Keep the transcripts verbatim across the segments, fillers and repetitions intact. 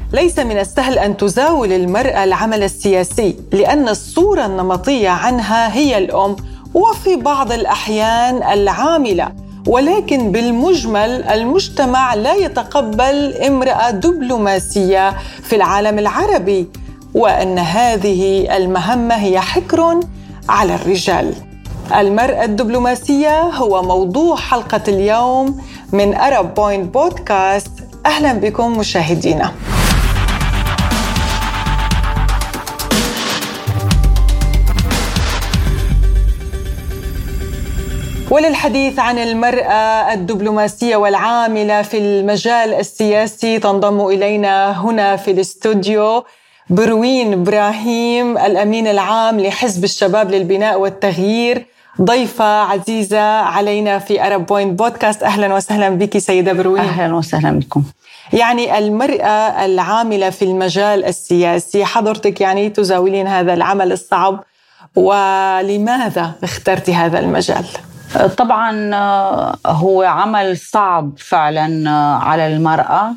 ليس من السهل أن تزاول المرأة العمل السياسي لأن الصورة النمطية عنها هي الأم وفي بعض الأحيان العاملة، ولكن بالمجمل المجتمع لا يتقبل امرأة دبلوماسية في العالم العربي، وأن هذه المهمة هي حكر على الرجال. المرأة الدبلوماسية هو موضوع حلقة اليوم من أرب بوينت بودكاست. أهلا بكم مشاهدينا. وللحديث عن المرأة الدبلوماسية والعاملة في المجال السياسي تنضم إلينا هنا في الاستوديو بروين إبراهيم، الأمين العام لحزب الشباب للبناء والتغيير، ضيفة عزيزة علينا في أرب بوينت بودكاست. أهلا وسهلا بك سيدة بروين. أهلا وسهلا بكم. يعني المرأة العاملة في المجال السياسي، حضرتك يعني تزاولين هذا العمل الصعب، ولماذا اخترتي هذا المجال؟ طبعا هو عمل صعب فعلا على المرأة،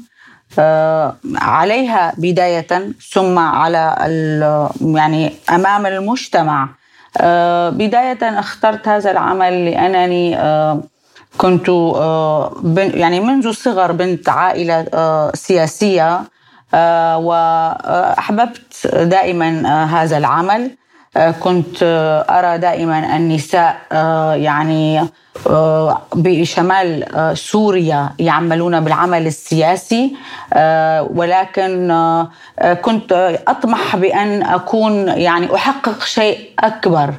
عليها بداية ثم على يعني أمام المجتمع. بداية اخترت هذا العمل لأنني كنت يعني منذ الصغر بنت عائلة سياسية، وأحببت دائما هذا العمل. كنت أرى دائما النساء يعني بشمال سوريا يعملون بالعمل السياسي، ولكن كنت أطمح بأن أكون يعني أحقق شيء أكبر.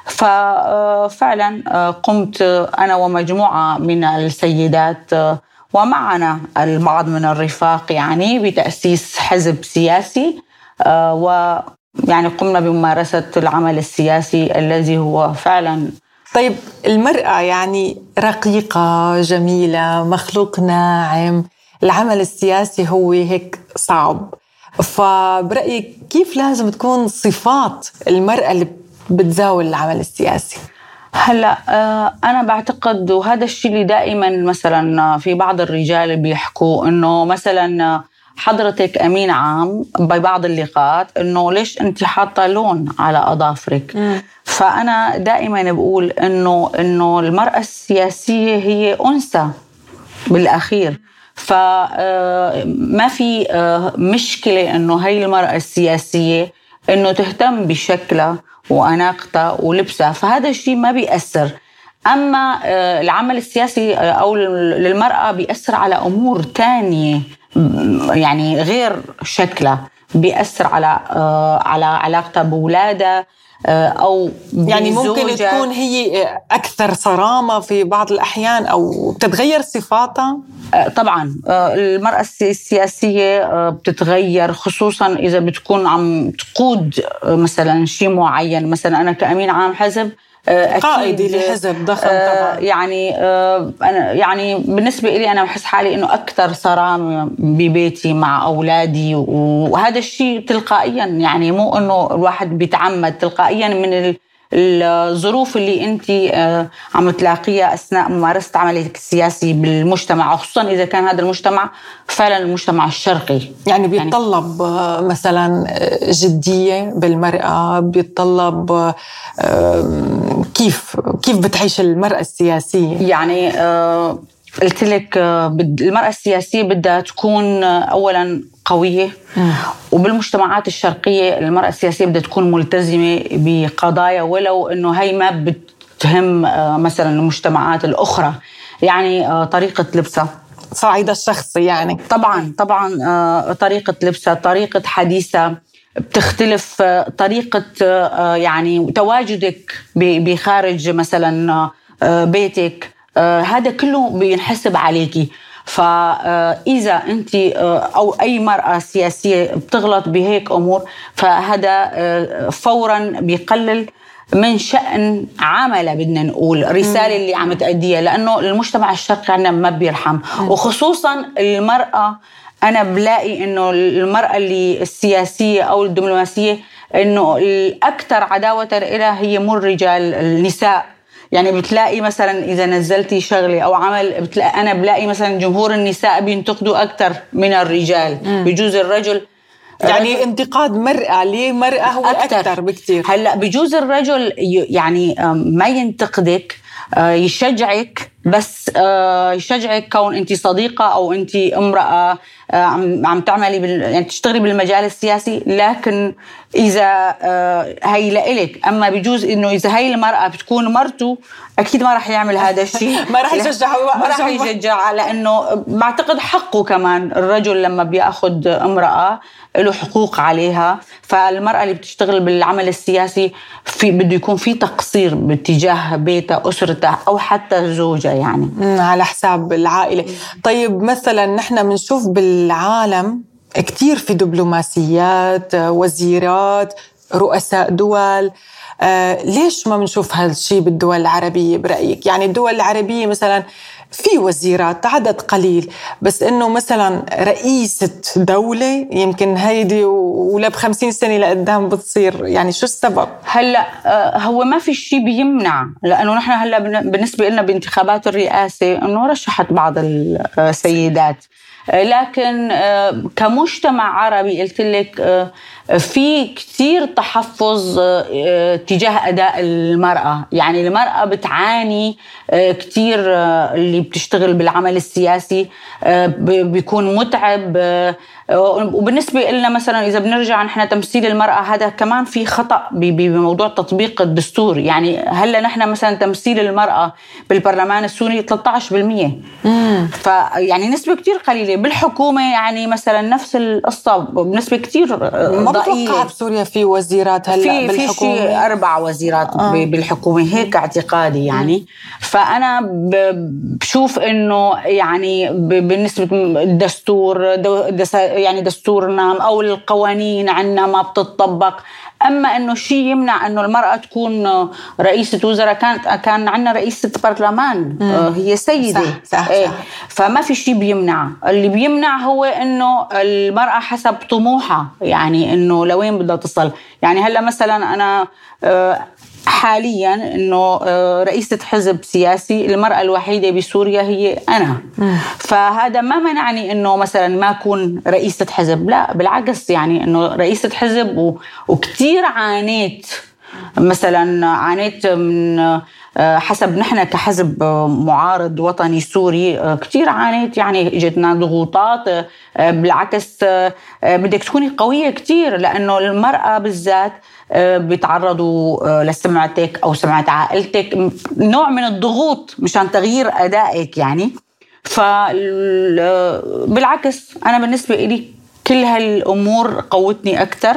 ففعلا قمت أنا ومجموعة من السيدات ومعنا البعض من الرفاق يعني بتأسيس حزب سياسي، و يعني قمنا بممارسة العمل السياسي الذي هو فعلا. طيب، المرأة يعني رقيقة جميلة، مخلوق ناعم، العمل السياسي هو هيك صعب، فبرأيك كيف لازم تكون صفات المرأة اللي بتزاول العمل السياسي؟ هلا أنا بعتقد، وهذا الشيء اللي دائما مثلا في بعض الرجال بيحكوا إنه مثلا حضرتك أمين عام ببعض اللقاءات إنه ليش أنت حاطة لون على أظافرك؟ م. فأنا دائما بقول إنه إنه المرأة السياسية هي أنثى بالأخير، فما في مشكلة إنه هاي المرأة السياسية إنه تهتم بشكلها وأناقتها ولبسها، فهذا الشيء ما بيأثر. أما العمل السياسي أو للمرأة بيأثر على أمور تانية يعني غير شكله، بيأثر على على علاقتها بأولادها أو يعني ممكن تكون هي أكثر صرامة في بعض الأحيان أو بتتغير صفاتها. طبعا المرأة السياسية بتتغير، خصوصا إذا بتكون عم تقود مثلا شيء معين. مثلا أنا كأمين عام حزب، قائدي لحزب ضخم طبعا، يعني أنا يعني بالنسبة لي أنا بحس حالي إنه أكثر صرامة ببيتي مع أولادي، وهذا الشيء تلقائيا، يعني مو إنه الواحد بيتعمد، تلقائيا من الظروف اللي أنت عم تلاقيها أثناء ممارسة عملك السياسي بالمجتمع، خصوصا إذا كان هذا المجتمع فعلا المجتمع الشرقي. يعني بيتطلب يعني مثلا جدية بالمرأة، بيتطلب كيف كيف بتعيش المرأة السياسية؟ يعني قلت لك المرأة السياسية بدها تكون أولا قوية، وبالمجتمعات الشرقية المرأة السياسية بدها تكون ملتزمة بقضايا ولو إنه هي ما بتهم مثلا المجتمعات الأخرى. يعني طريقة لبسها، صعيدة الشخصي يعني طبعا طبعا طريقة لبسها، طريقة حديثها بتختلف، طريقة يعني تواجدك بخارج مثلا بيتك، هذا كله بينحسب عليكي. فإذا أنت أو أي مرأة سياسية بتغلط بهيك أمور، فهذا فوراً بيقلل من شأن عمله، بدنا نقول رسالة اللي عم تأديها، لأنه المجتمع الشرقي عندنا ما بيرحم، وخصوصاً المرأة. أنا بلاقي إنه المرأة اللي السياسية أو الدبلوماسية إنه الأكثر عداوة لها هي مو الرجال، النساء. يعني بتلاقي مثلا إذا نزلتي شغلة أو عمل بتلاقي أنا بلاقي مثلا جمهور النساء بينتقدوا أكتر من الرجال. مم. بيجوز الرجل يعني انتقاد مرأة لمرأة هو أكتر, أكتر بكتير. هلأ بجوز الرجل يعني ما ينتقدك، يشجعك، بس يشجعك كون أنت صديقة أو أنت امرأة عم تعملي بال... يعني تشتغلي بالمجال السياسي، لكن إذا هي لإلك. أما بجوز إنه إذا هي المرأة بتكون مرته أكيد ما رح يعمل هذا الشيء. ما رح يشجع ما رح يشجع، لأنه بعتقد حقه كمان. الرجل لما بيأخذ امرأة له حقوق عليها، فالمرأة اللي بتشتغل بالعمل السياسي في بده يكون في تقصير باتجاه بيتها أسرتها أو حتى زوجها يعني على حساب العائلة. طيب مثلا نحن بنشوف بالعالم كتير في دبلوماسيات، وزيرات، رؤساء دول. آه ليش ما بنشوف هالشي بالدول العربية برأيك؟ يعني الدول العربية مثلا في وزيرات عدد قليل، بس إنه مثلا رئيسة دولة يمكن هيدي ولا بخمسين سنة لقدام بتصير، يعني شو السبب؟ هلأ هو ما في شيء بيمنع، لأنه نحن هلأ بالنسبة لنا بانتخابات الرئاسة إنه رشحت بعض السيدات، لكن كمجتمع عربي قلت لك في كتير تحفظ تجاه أداء المرأة. يعني المرأة بتعاني كتير، اللي بتشتغل بالعمل السياسي بيكون متعب. وبالنسبة لنا مثلا إذا بنرجع نحن تمثيل المرأة هذا كمان في خطأ بموضوع تطبيق الدستور. يعني هلا نحن مثلا تمثيل المرأة بالبرلمان السوري ثلاثة عشر بالمئة، فيعني نسبة كتير قليلة. بالحكومة يعني مثلا نفس القصة بنسبة كتير ضئيلة. ما بتوقع بسوريا في وزيرات هلا في بالحكومة؟ في أربع وزيرات آه. بالحكومة هيك اعتقادي يعني. م. فأنا بشوف إنه يعني بالنسبة الدستور يعني دستورنا أو القوانين عنا ما بتطبق. أما إنه شيء يمنع إنه المرأة تكون رئيسة وزراء، كانت كان عنا رئيسة برلمان مم. هي سيدة. صح صح إيه. صح. فما في شيء بيمنع. اللي بيمنع هو إنه المرأة حسب طموحها، يعني إنه لوين بدها تصل. يعني هلا مثلا أنا حاليا إنه رئيسة حزب سياسي، المرأة الوحيدة بسوريا هي أنا. م. فهذا ما منعني إنه مثلا ما أكون رئيسة حزب، لا بالعكس، يعني إنه رئيسة حزب و... وكتير عانيت. مثلا عانيت من حسب نحن كحزب معارض وطني سوري كتير عانيت، يعني جتنا ضغوطات. بالعكس بدك تكوني قوية كتير، لأنه المرأة بالذات بيتعرضوا لسمعتك أو سمعة عائلتك، نوع من الضغوط مشان تغيير أدائك يعني. فبالعكس أنا بالنسبة إلي كل هالأمور قوتني أكتر،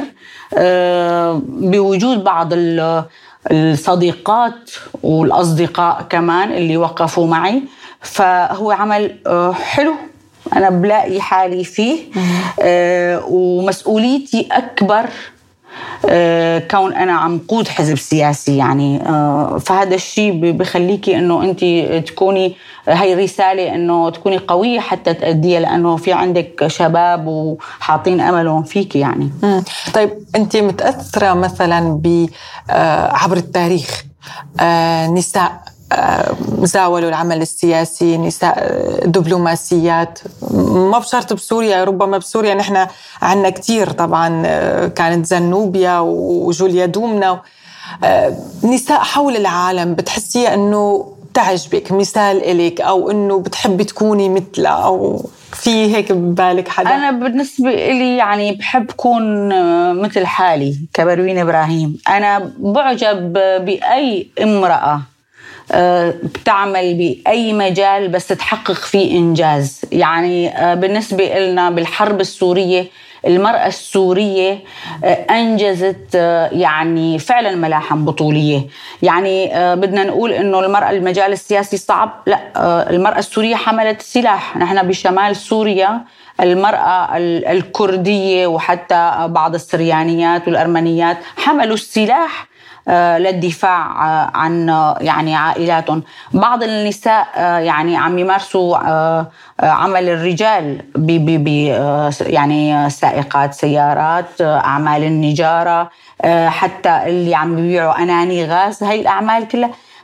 بوجود بعض الصديقات والأصدقاء كمان اللي وقفوا معي. فهو عمل حلو أنا بلاقي حالي فيه، ومسؤوليتي أكبر كون أنا عم قود حزب سياسي يعني. فهذا الشيء بخليكي أنه أنت تكوني، هاي رسالة أنه تكوني قوية حتى تأديها، لأنه في عندك شباب وحاطين أملهم فيك يعني. مم. طيب أنت متأثرة مثلا عبر التاريخ نساء زاولوا العمل السياسي، نساء دبلوماسيات، ما بشرط بسوريا، ربما بسوريا نحن عنا كتير طبعا، كانت زنوبيا وجوليا دومنا، نساء حول العالم بتحسيها أنه تعجبك، مثال إليك، أو أنه بتحبي تكوني مثلها، أو في هيك ببالك حدا؟ أنا بالنسبة لي يعني بحب كون مثل حالي كبروين إبراهيم. أنا بعجب بأي امرأة بتعمل بأي مجال بس تحقق فيه إنجاز. يعني بالنسبة لنا بالحرب السورية المرأة السورية أنجزت يعني فعلا ملاحم بطولية. يعني بدنا نقول إنه المرأة المجال السياسي صعب، لا، المرأة السورية حملت السلاح. نحن بشمال سوريا المرأة الكردية وحتى بعض السريانيات والأرمنيات حملوا السلاح للدفاع عن يعني عائلاتهم. بعض النساء يعني عم يمارسوا عمل الرجال ب يعني سائقات سيارات، أعمال النجارة، حتى اللي عم يبيعوا أناني غاز، هاي الأعمال كلها.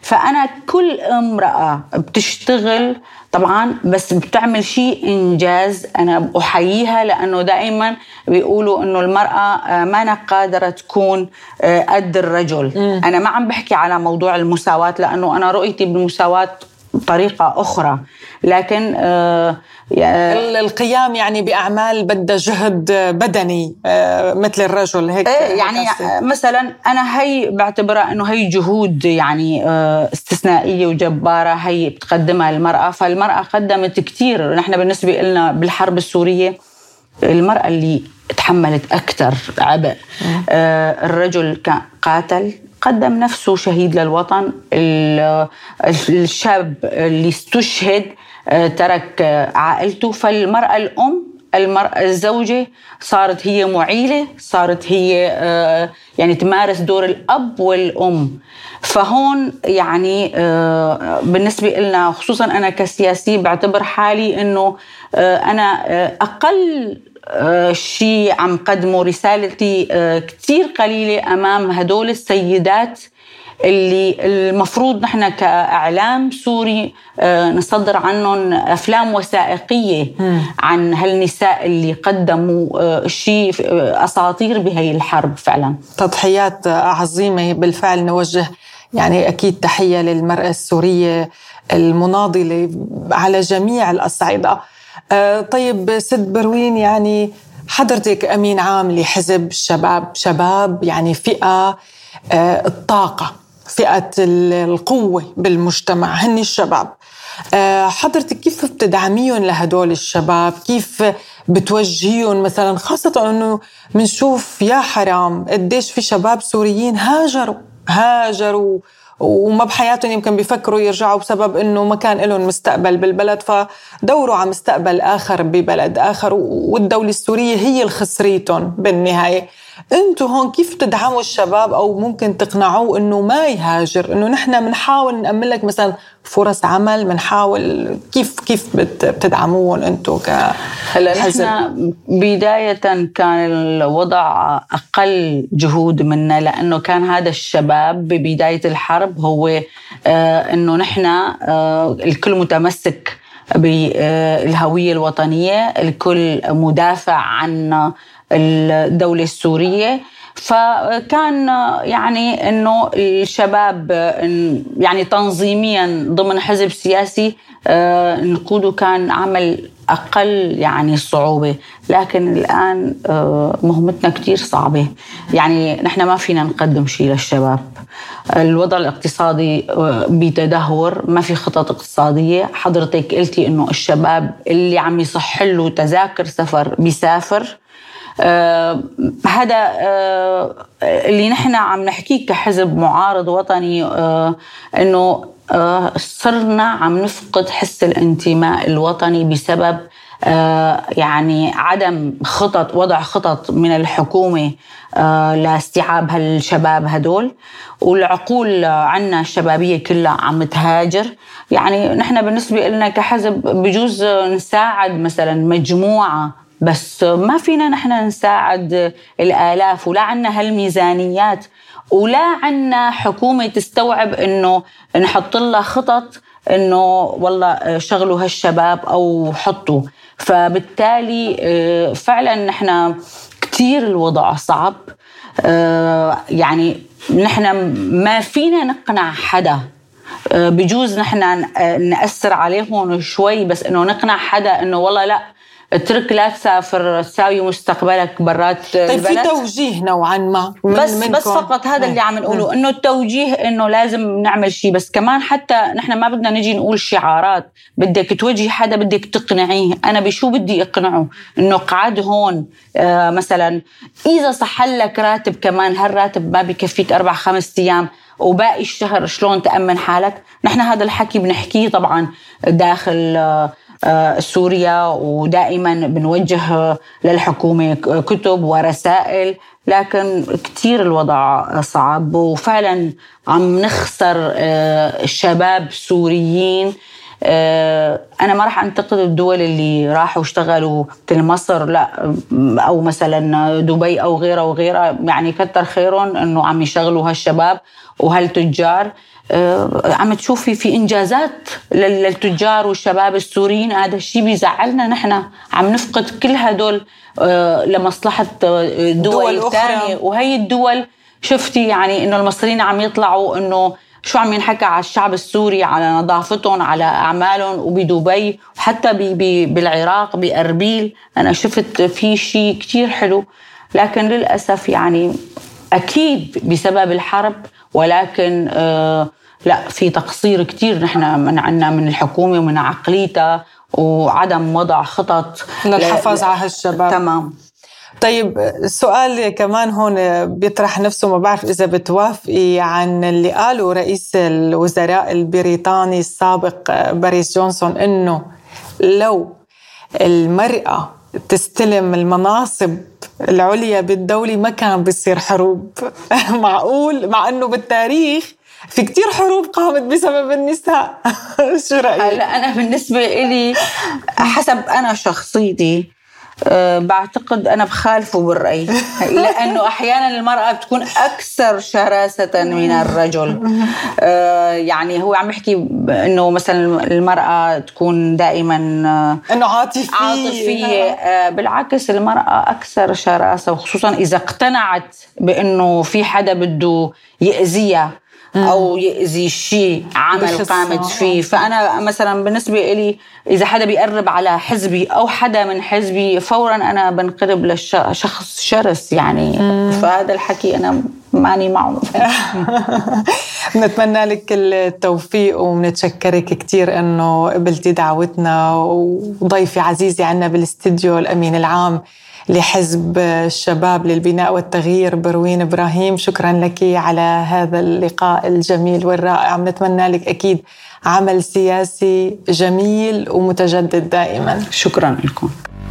فأنا كل امرأة بتشتغل طبعا بس بتعمل شيء إنجاز أنا أحييها، لأنه دائما بيقولوا إنه المرأة ما قادرة تكون قد الرجل. م. أنا ما عم بحكي على موضوع المساواة، لأنه أنا رؤيتي بالمساواة بطريقة أخرى، لكن آه القيام يعني بأعمال بدها جهد بدني آه مثل الرجل هيك. يعني مثلا أنا هي بعتبرها أنه هي جهود يعني آه استثنائية وجبارة هي بتقدمها المرأة. فالمرأة قدمت كتير. نحن بالنسبة لنا بالحرب السورية المرأة اللي تحملت أكثر عبء. آه الرجل قاتل قدم نفسه شهيد للوطن. الشاب اللي استشهد ترك عائلته. فالمرأة الأم، المرأة الزوجة صارت هي معيلة، صارت هي يعني تمارس دور الأب والأم. فهون يعني بالنسبة لنا خصوصا أنا كسياسي بعتبر حالي أنه أنا أقل شيء عم قدمه رسالتي كتير قليلة أمام هدول السيدات اللي المفروض نحن كإعلام سوري نصدر عنهم أفلام وثائقية عن هالنساء اللي قدموا شيء أساطير بهاي الحرب. فعلا تضحيات عظيمة بالفعل. نوجه يعني أكيد تحية للمرأة السورية المناضلة على جميع الأصعدة. طيب ست بروين، يعني حضرتك أمين عام لحزب الشباب، شباب يعني فئة الطاقة، فئة القوة بالمجتمع هن الشباب. حضرتك كيف بتدعميهم لهدول الشباب؟ كيف بتوجهيهم مثلا، خاصة أنه منشوف يا حرام قديش في شباب سوريين هاجروا هاجروا وما بحياتهم يمكن بيفكروا يرجعوا بسبب إنه ما كان لهم مستقبل بالبلد، فدوروا على مستقبل آخر ببلد آخر، والدولة السورية هي اللي خسريتهم بالنهاية. أنتوا هون كيف تدعموا الشباب أو ممكن تقنعوه إنه ما يهاجر؟ إنه نحن منحاول نأمن لك مثلا فرص عمل، منحاول كيف كيف بتدعموهم أنتوا كحزب؟ نحن بداية كان الوضع أقل جهود منا، لأنه كان هذا الشباب ببداية الحرب هو آه إنه نحن آه الكل متمسك بالهوية الوطنية، الكل مدافع عن الدولة السورية. فكان يعني إنه الشباب يعني تنظيميا ضمن حزب سياسي نقوده كان عمل أقل يعني صعوبة. لكن الآن مهمتنا كتير صعبة، يعني نحن ما فينا نقدم شيء للشباب. الوضع الاقتصادي بتدهور، ما في خطط اقتصادية. حضرتك قلتي إنه الشباب اللي عم يصح له تذاكر سفر بيسافر. آه هذا آه اللي نحن عم نحكيه كحزب معارض وطني، آه إنه آه صرنا عم نفقد حس الانتماء الوطني بسبب آه يعني عدم خطط، وضع خطط من الحكومة آه لاستيعاب هالشباب هدول. والعقول عنا الشبابية كلها عم تهاجر. يعني نحن بالنسبة لنا كحزب بجوز نساعد مثلا مجموعة، بس ما فينا نحن نساعد الآلاف، ولا عنا هالميزانيات، ولا عنا حكومة تستوعب إنه نحط لها خطط إنه والله شغلوا هالشباب أو حطوا. فبالتالي فعلا نحن كتير الوضع صعب. يعني نحن ما فينا نقنع حدا. بجوز نحن نأثر عليهم شوي، بس إنه نقنع حدا إنه والله لا اترك لا تسافر تساوي مستقبلك برات طيب البلد. في توجيه نوعا ما من بس منكم. بس فقط هذا اللي عم نقوله، انه التوجيه انه لازم نعمل شيء. بس كمان حتى نحن ما بدنا نجي نقول شعارات. بدك توجه حدا، بدك تقنعيه. انا بشو بدي اقنعه؟ انه قعد هون آه مثلا اذا صحلك راتب كمان هالراتب ما بيكفيك اربع خمس ايام وباقي الشهر شلون تأمن حالك؟ نحن هذا الحكي بنحكيه طبعا داخل آه سوريا، ودائما بنوجه للحكومة كتب ورسائل. لكن كتير الوضع صعب، وفعلا عم نخسر شباب سوريين أنا ما راح أنتقد الدول اللي راحوا اشتغلوا مثل مصر لا، أو مثلا دبي أو غيرها وغيرها، يعني كتر خيرهم أنه عم يشغلوا هالشباب وهالتجار. عم تشوفي في إنجازات للتجار والشباب السوريين، هذا الشيء بيزعلنا. نحن عم نفقد كل هدول لمصلحة دول الثانية، وهي الدول شفتي يعني إنه المصريين عم يطلعوا إنه شو عم ينحكى على الشعب السوري، على نظافتهم، على أعمالهم، وبدبي وحتى بي بي بالعراق بأربيل أنا شفت في شيء كتير حلو. لكن للأسف يعني أكيد بسبب الحرب، ولكن آه لا، في تقصير كتير نحن من عنا من الحكومة ومن عقليتها، وعدم وضع خطط للحفاظ على هالشباب. تمام. طيب سؤال كمان هون بيطرح نفسه، ما بعرف إذا بتوافقي، عن اللي قاله رئيس الوزراء البريطاني السابق باريس جونسون، إنه لو المرأة تستلم المناصب العليا بالدولة ما كان بيصير حروب. معقول؟ مع أنه بالتاريخ في كتير حروب قامت بسبب النساء. شو رأيك؟ هلا أنا بالنسبة إلي حسب أنا شخصيتي أه بعتقد أنا بخالفه بالرأي، لأنه أحيانا المرأة بتكون أكثر شراسة من الرجل. أه يعني هو عم يحكي إنه مثلا المرأة تكون دائما إنه عاطفية عاطفية. أه بالعكس المرأة أكثر شراسة، وخصوصا إذا اقتنعت بإنه في حدا بده يأذيها أو يأذي شيء عمل قامت فيه. فأنا مثلا بالنسبة إلي إذا حدا بيقرب على حزبي أو حدا من حزبي فورا أنا بنقرب لشخص شرس يعني. مم. فهذا الحكي أنا ماني معه. نتمنى لك التوفيق ونتشكرك كتير أنه قبلتي دعوتنا، وضيفي عزيزي عنا بالاستديو الأمين العام لحزب الشباب للبناء والتغيير بروين إبراهيم. شكرا لك على هذا اللقاء الجميل والرائع. نتمنى لك أكيد عمل سياسي جميل ومتجدد دائما. شكرا لكم.